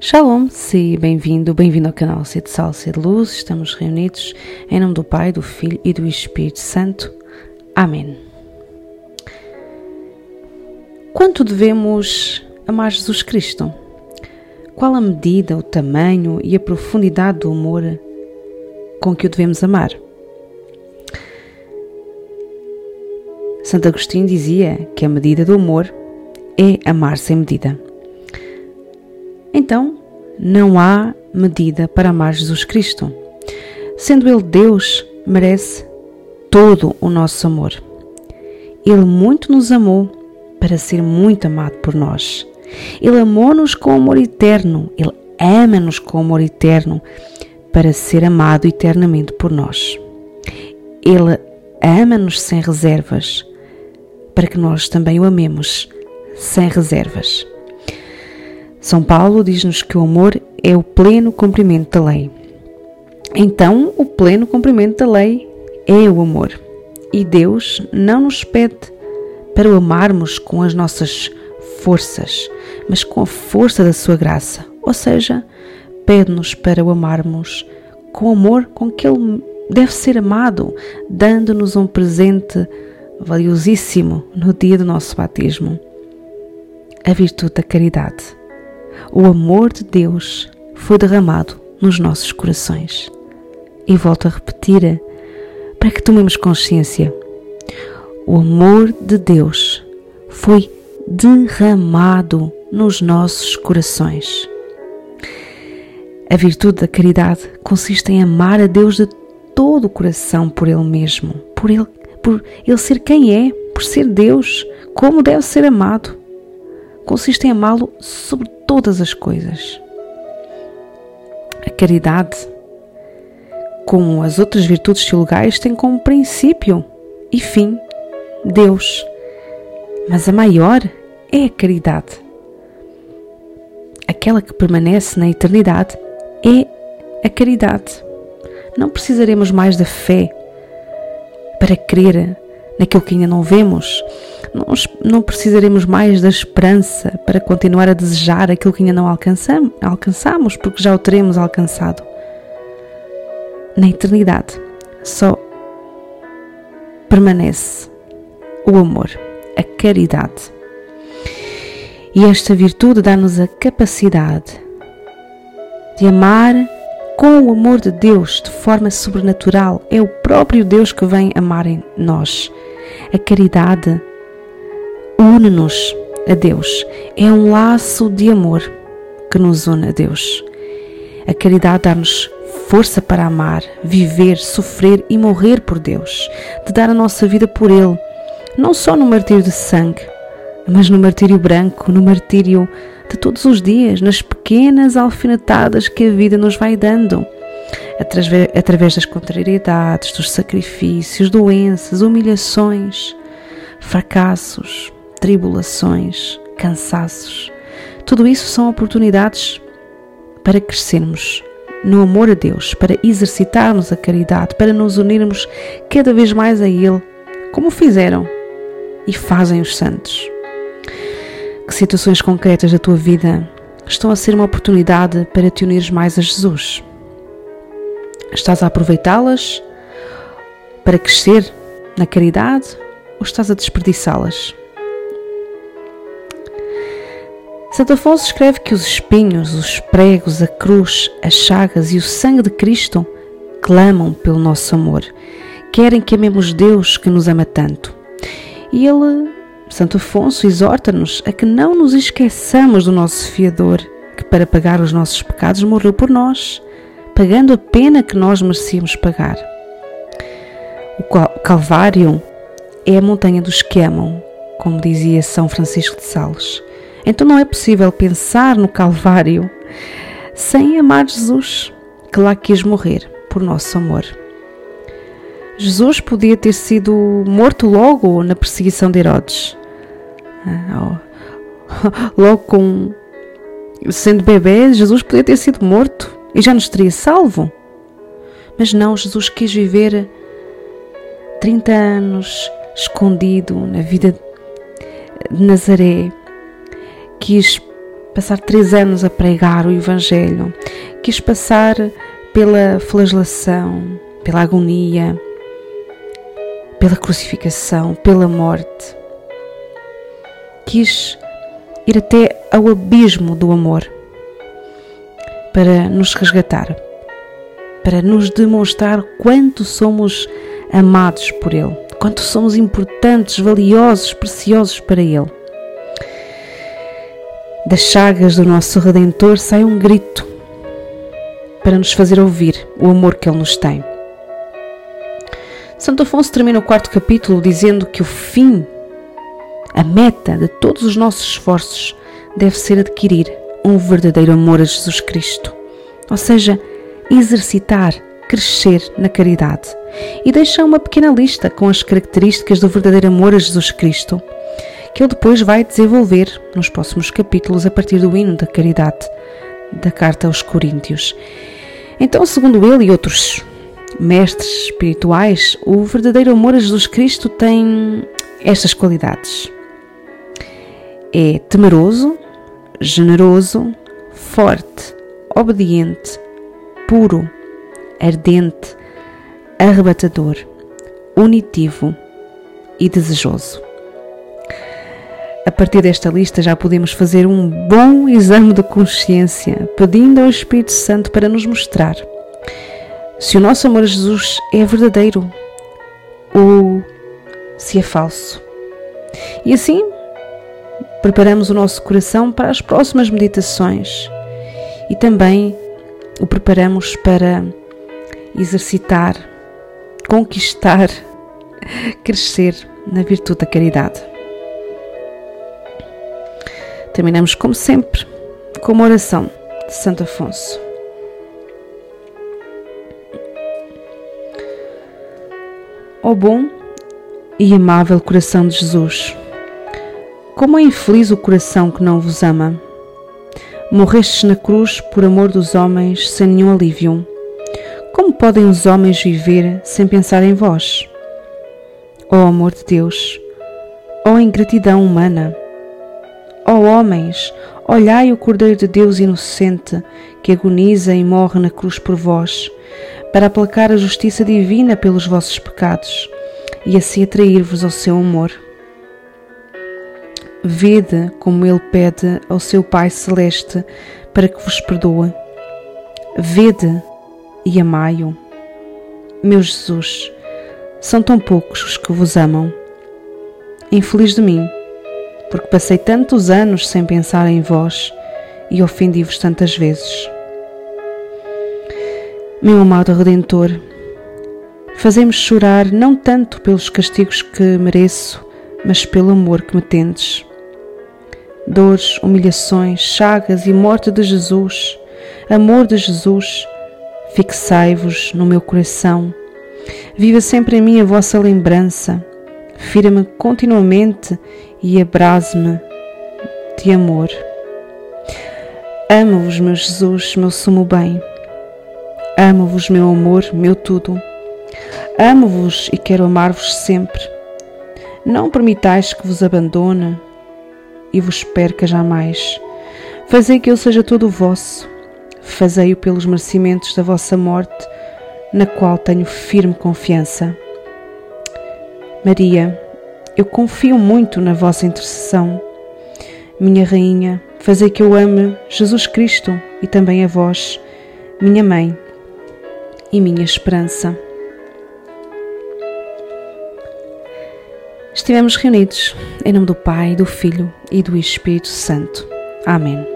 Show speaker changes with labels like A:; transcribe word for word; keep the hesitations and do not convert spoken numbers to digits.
A: Shalom, seja bem-vindo, bem-vindo ao canal Ser de Sal, Ser de Luz. Estamos reunidos em nome do Pai, do Filho e do Espírito Santo. Amém. Quanto devemos amar Jesus Cristo? Qual a medida, o tamanho e a profundidade do amor com que o devemos amar? Santo Agostinho dizia que a medida do amor é amar sem medida. Então, não há medida para amar Jesus Cristo. Sendo Ele Deus, merece todo o nosso amor. Ele muito nos amou para ser muito amado por nós. Ele amou-nos com amor eterno. Ele ama-nos com amor eterno para ser amado eternamente por nós. Ele ama-nos sem reservas para que nós também o amemos sem reservas. São Paulo diz-nos que o amor é o pleno cumprimento da lei. Então, o pleno cumprimento da lei é o amor. E Deus não nos pede para o amarmos com as nossas forças, mas com a força da sua graça. Ou seja, pede-nos para o amarmos com o amor com que Ele deve ser amado, dando-nos um presente valiosíssimo no dia do nosso batismo: a virtude da caridade. O amor de Deus foi derramado nos nossos corações. E volto a repetir, para que tomemos consciência: o amor de Deus foi derramado nos nossos corações. A virtude da caridade consiste em amar a Deus de todo o coração por Ele mesmo, por Ele, por Ele ser quem é, por ser Deus, como deve ser amado. Consiste em amá-lo sobre todas as coisas. A caridade, como as outras virtudes teologais, tem como princípio e fim Deus. Mas a maior é a caridade. Aquela que permanece na eternidade é a caridade. Não precisaremos mais da fé para crer naquilo que ainda não vemos. Nós não precisaremos mais da esperança para continuar a desejar aquilo que ainda não alcançamos, alcançamos, porque já o teremos alcançado. Na eternidade só permanece o amor, a caridade. E esta virtude dá-nos a capacidade de amar com o amor de Deus de forma sobrenatural. É o próprio Deus que vem amar em nós. A caridade une-nos a Deus. É um laço de amor que nos une a Deus. A caridade dá-nos força para amar, viver, sofrer e morrer por Deus, de dar a nossa vida por Ele, não só no martírio de sangue, mas no martírio branco, no martírio de todos os dias, nas pequenas alfinetadas que a vida nos vai dando, através, através das contrariedades, dos sacrifícios, doenças, humilhações, fracassos, tribulações, cansaços. Tudo isso são oportunidades para crescermos no amor a Deus, para exercitarmos a caridade, para nos unirmos cada vez mais a Ele, como fizeram e fazem os santos. Que situações concretas da tua vida estão a ser uma oportunidade para te unires mais a Jesus? Estás a aproveitá-las para crescer na caridade ou estás a desperdiçá-las? Santo Afonso escreve que os espinhos, os pregos, a cruz, as chagas e o sangue de Cristo clamam pelo nosso amor. Querem que amemos Deus que nos ama tanto. E ele, Santo Afonso, exorta-nos a que não nos esqueçamos do nosso Fiador, que para pagar os nossos pecados morreu por nós, pagando a pena que nós merecíamos pagar. O Calvário é a montanha dos que amam, como dizia São Francisco de Sales. Então não é possível pensar no Calvário sem amar Jesus, que lá quis morrer por nosso amor. Jesus podia ter sido morto logo na perseguição de Herodes. Logo com, sendo bebê, Jesus podia ter sido morto e já nos teria salvo. Mas não, Jesus quis viver trinta anos escondido na vida de Nazaré. Quis passar três anos a pregar o Evangelho, quis passar pela flagelação, pela agonia, pela crucificação, pela morte. Quis ir até ao abismo do amor para nos resgatar, para nos demonstrar quanto somos amados por Ele, quanto somos importantes, valiosos, preciosos para Ele. Das chagas do nosso Redentor sai um grito para nos fazer ouvir o amor que Ele nos tem. Santo Afonso termina o quarto capítulo dizendo que o fim, a meta de todos os nossos esforços deve ser adquirir um verdadeiro amor a Jesus Cristo, ou seja, exercitar, crescer na caridade. E deixa uma pequena lista com as características do verdadeiro amor a Jesus Cristo, que ele depois vai desenvolver nos próximos capítulos a partir do hino da caridade da carta aos Coríntios. Então, segundo ele e outros mestres espirituais, o verdadeiro amor a Jesus Cristo tem estas qualidades. É temeroso, generoso, forte, obediente, puro, ardente, arrebatador, unitivo e desejoso. A partir desta lista já podemos fazer um bom exame de consciência, pedindo ao Espírito Santo para nos mostrar se o nosso amor a Jesus é verdadeiro ou se é falso. E assim preparamos o nosso coração para as próximas meditações e também o preparamos para exercitar, conquistar, crescer na virtude da caridade. Terminamos, como sempre, com uma oração de Santo Afonso. Ó bom e amável coração de Jesus, como é infeliz o coração que não vos ama. Morrestes na cruz por amor dos homens sem nenhum alívio. Como podem os homens viver sem pensar em vós? Ó amor de Deus, ó ingratidão humana, ó homens, olhai o Cordeiro de Deus inocente que agoniza e morre na cruz por vós, para aplacar a justiça divina pelos vossos pecados e assim atrair-vos ao seu amor. Vede como Ele pede ao seu Pai Celeste para que vos perdoe. Vede e amai-o. Meu Jesus, são tão poucos os que vos amam. Infeliz de mim, porque passei tantos anos sem pensar em vós e ofendi-vos tantas vezes. Meu amado Redentor, fazei-me chorar não tanto pelos castigos que mereço, mas pelo amor que me tendes. Dores, humilhações, chagas e morte de Jesus, amor de Jesus, fixai-vos no meu coração. Viva sempre em mim a vossa lembrança, fira-me continuamente e abrase-me de amor. Amo-vos, meu Jesus, meu sumo bem. Amo-vos, meu amor, meu tudo. Amo-vos e quero amar-vos sempre. Não permitais que vos abandone e vos perca jamais. Fazei que eu seja todo vosso. Fazei-o pelos merecimentos da vossa morte, na qual tenho firme confiança. Maria, eu confio muito na vossa intercessão. Minha Rainha, fazei que eu ame Jesus Cristo e também a vós, minha Mãe e minha esperança. Estivemos reunidos em nome do Pai, do Filho e do Espírito Santo. Amém.